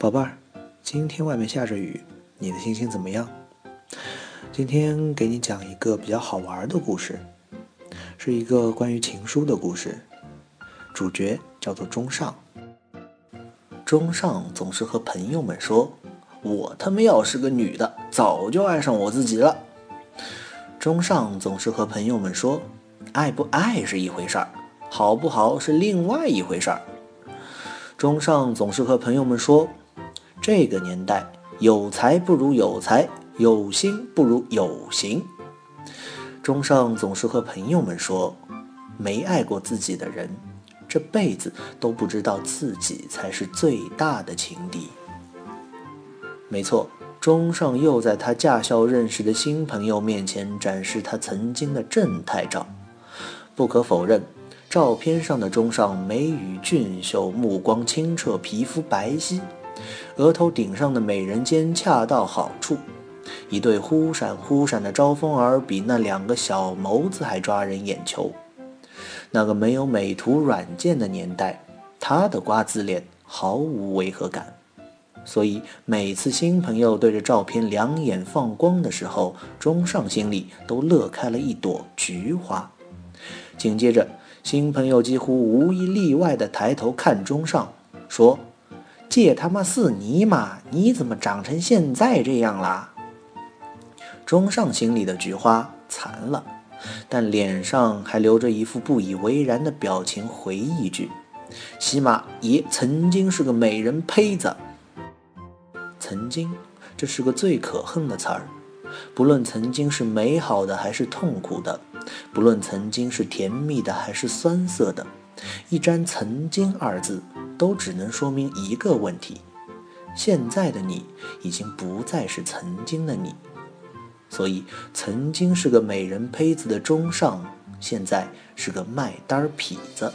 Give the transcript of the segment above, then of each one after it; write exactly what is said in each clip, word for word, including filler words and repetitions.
宝贝儿，今天外面下着雨，你的心情怎么样？今天给你讲一个比较好玩的故事，是一个关于情书的故事，主角叫做钟尚。钟尚总是和朋友们说，我他妈要是个女的，早就爱上我自己了。钟尚总是和朋友们说，爱不爱是一回事儿，好不好是另外一回事儿。钟尚总是和朋友们说，这个年代有才不如有才，有心不如有形。钟尚总是和朋友们说，没爱过自己的人，这辈子都不知道自己才是最大的情敌。没错，钟尚又在他驾校认识的新朋友面前展示他曾经的正太照。不可否认，照片上的钟尚眉宇俊秀，目光清澈，皮肤白皙，额头顶上的美人尖恰到好处，一对忽闪忽闪的招风耳比那两个小眸子还抓人眼球。那个没有美图软件的年代，他的瓜子脸毫无违和感，所以每次新朋友对着照片两眼放光的时候，钟尚心里都乐开了一朵菊花。紧接着，新朋友几乎无一例外地抬头看钟尚，说，借他妈是你嘛，你怎么长成现在这样啦？钟尚心里的菊花残了，但脸上还留着一副不以为然的表情，回忆一句，起码爷曾经是个美人胚子。曾经，这是个最可恨的词儿，不论曾经是美好的还是痛苦的，不论曾经是甜蜜的还是酸涩的，一沾曾经二字都只能说明一个问题，现在的你已经不再是曾经的你。所以曾经是个美人胚子的钟尚，现在是个卖单痞子。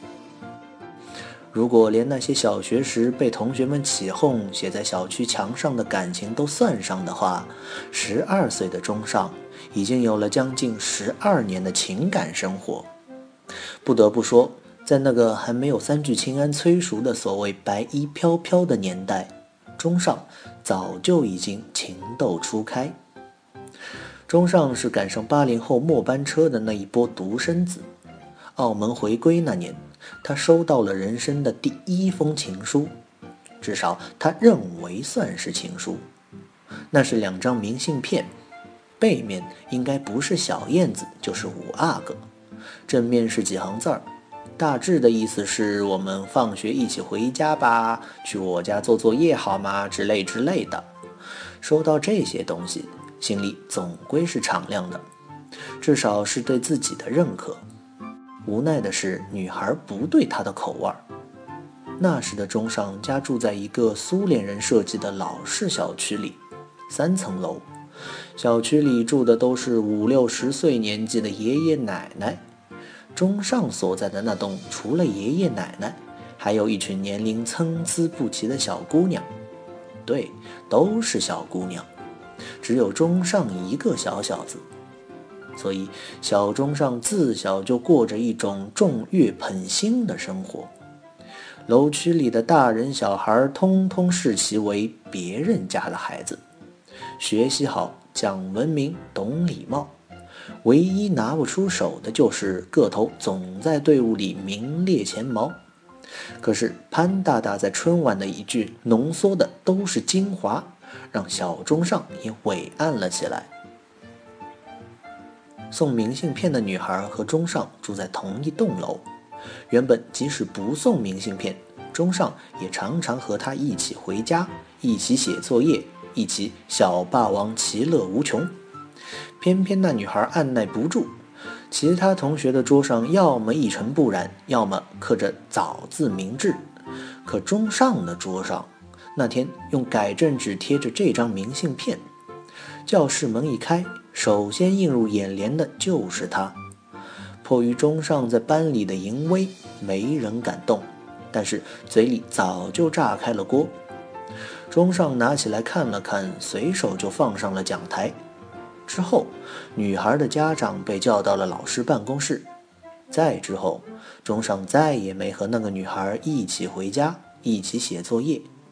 如果连那些小学时被同学们起哄写在小区墙上的感情都算上的话，十二岁的钟尚已经有了将近十二年的情感生活。不得不说，在那个还没有三聚氰胺催熟的所谓白衣飘飘的年代，钟尚早就已经情窦初开。钟尚是赶上八零后末班车的那一波独生子。澳门回归那年，他收到了人生的第一封情书，至少他认为算是情书。那是两张明信片，背面应该不是小燕子就是五阿哥，正面是几行字儿，大致的意思是我们放学一起回家吧，去我家做作业好吗，之类之类的。收到这些东西，心里总归是敞亮的，至少是对自己的认可。无奈的是，女孩不对他的口味。那时的钟尚家住在一个苏联人设计的老式小区里，三层楼，小区里住的都是五六十岁年纪的爷爷奶奶。钟尚所在的那栋除了爷爷奶奶，还有一群年龄参差不齐的小姑娘。对，都是小姑娘，只有钟尚一个小小子。所以小钟尚自小就过着一种众乐捧心的生活，楼区里的大人小孩通通视其为别人家的孩子，学习好，讲文明，懂礼貌，唯一拿不出手的就是个头总在队伍里名列前茅。可是潘大大在春晚的一句浓缩的都是精华，让小钟尚也伟岸了起来。送明信片的女孩和钟尚住在同一栋楼，原本即使不送明信片，钟尚也常常和她一起回家，一起写作业，一起小霸王其乐无穷。偏偏那女孩按耐不住，其他同学的桌上要么一尘不染，要么刻着早字明志，可钟尚的桌上那天用改正纸贴着这张明信片。教室门一开，首先映入眼帘的就是他。迫于钟尚在班里的淫威，没人敢动，但是嘴里早就炸开了锅。钟尚拿起来看了看，随手就放上了讲台。之后，女孩的家长被叫到了老师办公室。再之后，钟尚再也没和那个女孩一起回家，一起写作业，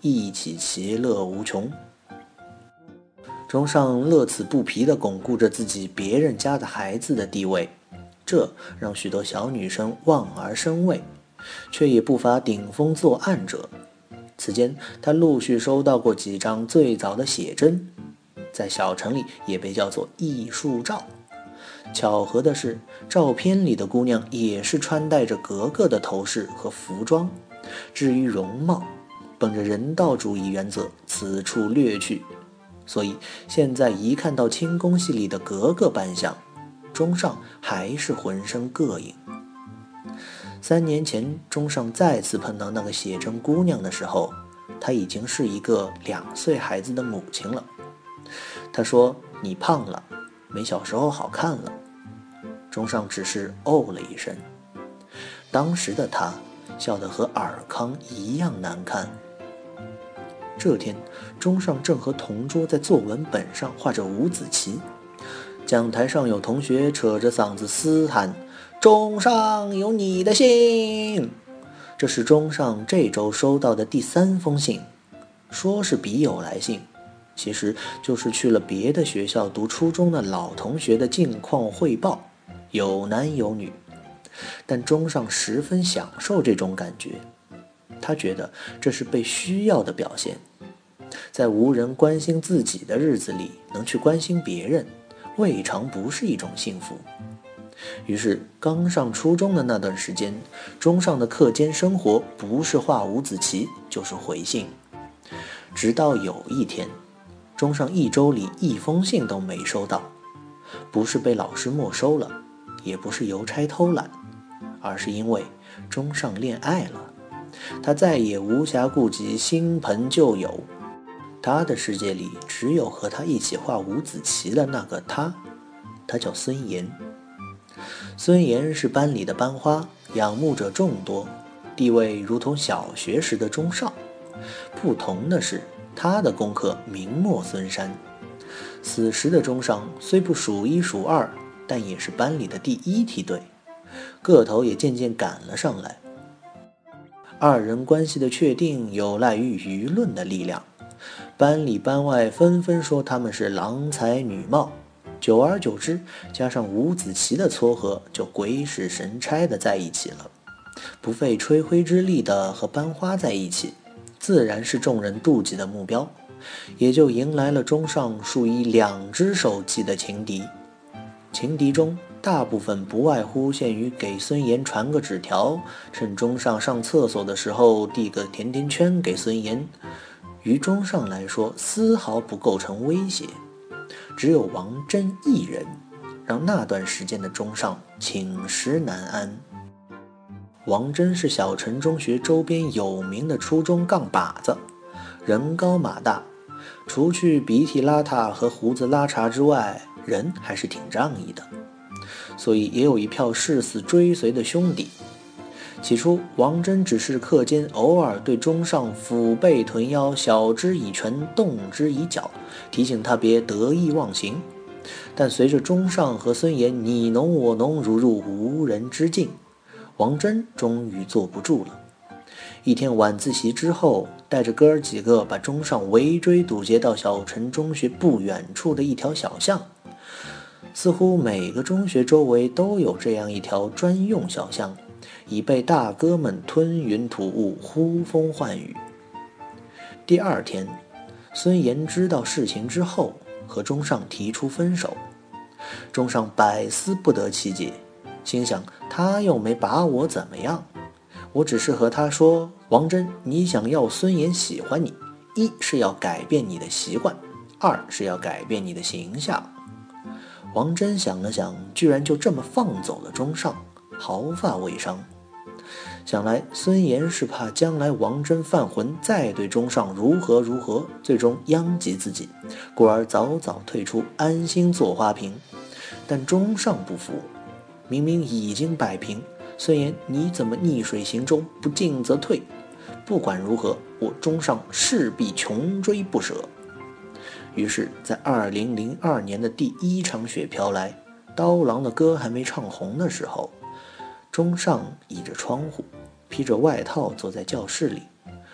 一起其乐无穷。中上乐此不疲地巩固着自己别人家的孩子的地位，这让许多小女生望而生畏，却也不乏顶风作案者。此间他陆续收到过几张最早的写真，在小城里也被叫做艺术照。巧合的是，照片里的姑娘也是穿戴着格格的头饰和服装，至于容貌，本着人道主义原则此处略去。所以现在一看到清宫戏里的格格扮相，中上还是浑身膈应。三年前中上再次碰到那个写真姑娘的时候，她已经是一个两岁孩子的母亲了。她说：“你胖了，没小时候好看了。”中上只是哦了一声。当时的他笑得和尔康一样难看。这天，中上正和同桌在作文本上画着五子棋，讲台上有同学扯着嗓子嘶喊：“中上有你的信！”这是中上这周收到的第三封信，说是笔友来信，其实就是去了别的学校读初中的老同学的近况汇报，有男有女。但中上十分享受这种感觉，他觉得这是被需要的表现。在无人关心自己的日子里，能去关心别人，未尝不是一种幸福。于是刚上初中的那段时间，中上的课间生活不是画五子棋，就是回信。直到有一天，中上一周里一封信都没收到，不是被老师没收了，也不是邮差偷懒，而是因为中上恋爱了。他再也无暇顾及新朋旧友，他的世界里只有和他一起画五子棋的那个他，他叫孙岩。孙岩是班里的班花，仰慕者众多，地位如同小学时的中上。不同的是，他的功课名没孙山。此时的中上虽不数一数二，但也是班里的第一梯队，个头也渐渐赶了上来。二人关系的确定有赖于舆论的力量，班里班外纷纷说他们是郎才女貌，久而久之，加上五子棋的撮合，就鬼使神差的在一起了。不费吹灰之力的和班花在一起，自然是众人妒忌的目标，也就迎来了中上数以两只手计的情敌。情敌中大部分不外乎限于给孙岩传个纸条，趁中上上厕所的时候递个甜甜圈给孙岩，于中上来说丝毫不构成威胁。只有王真一人，让那段时间的中上寝食难安。王真是小城中学周边有名的初中杠把子，人高马大，除去鼻涕邋遢和胡子拉碴之外，人还是挺仗义的，所以也有一票誓死追随的兄弟。起初王真只是课间偶尔对中上腹背臀腰晓之以拳动之以脚，提醒他别得意忘形。但随着中上和孙岩你侬我侬如入无人之境，王真终于坐不住了。一天晚自习之后，带着哥儿几个把中上围追堵截到小城中学不远处的一条小巷。似乎每个中学周围都有这样一条专用小巷，已被大哥们吞云吐雾，呼风唤雨。第二天，孙岩知道事情之后，和中上提出分手。中上百思不得其解，心想他又没把我怎么样，我只是和他说，王真，你想要孙岩喜欢你，一是要改变你的习惯，二是要改变你的形象。王真想了想，居然就这么放走了中上，毫发未伤。想来孙岩是怕将来王真犯浑，再对中上如何如何，最终殃及自己，故而早早退出，安心做花瓶。但中上不服，明明已经摆平，孙岩你怎么逆水行舟，不进则退？不管如何，我中上势必穷追不舍。于是在二零零二年的第一场雪飘来，刀郎的歌还没唱红的时候，中上倚着窗户，披着外套坐在教室里，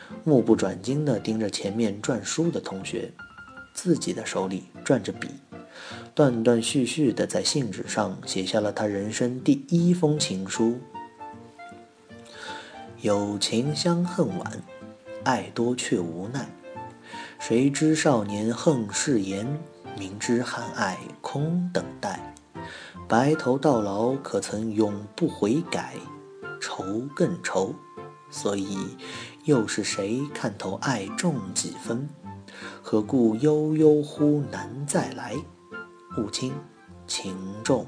目不转睛地盯着前面转书的同学，自己的手里转着笔，断断续续地在信纸上写下了他人生第一封情书。有情相恨晚，爱多却无奈。谁知少年横誓言，明知汉爱空等待。白头到老可曾永不悔改，愁更愁，所以又是谁看透爱重几分？何故悠悠忽难再来？勿轻情重。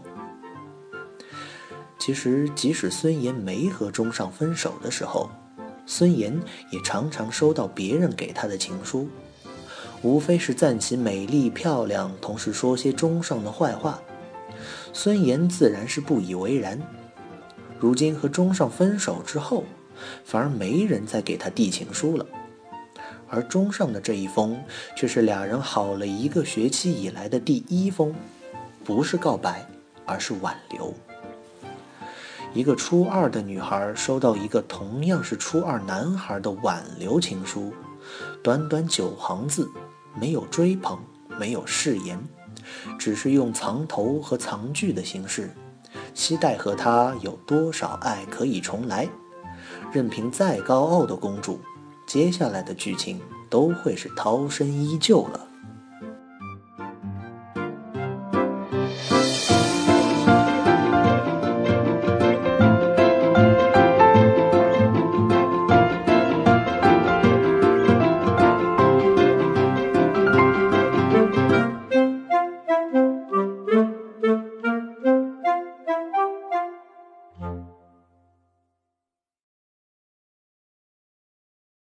其实即使孙岩没和钟上分手的时候，孙岩也常常收到别人给他的情书，无非是赞其美丽漂亮，同时说些钟上的坏话。孙岩自然是不以为然。如今和钟上分手之后，反而没人再给他递情书了，而钟上的这一封却是俩人好了一个学期以来的第一封，不是告白，而是挽留。一个初二的女孩收到一个同样是初二男孩的挽留情书，短短九行字，没有追捧，没有誓言，只是用藏头和藏句的形式，期待和他有多少爱可以重来。任凭再高傲的公主，接下来的剧情都会是涛声依旧了。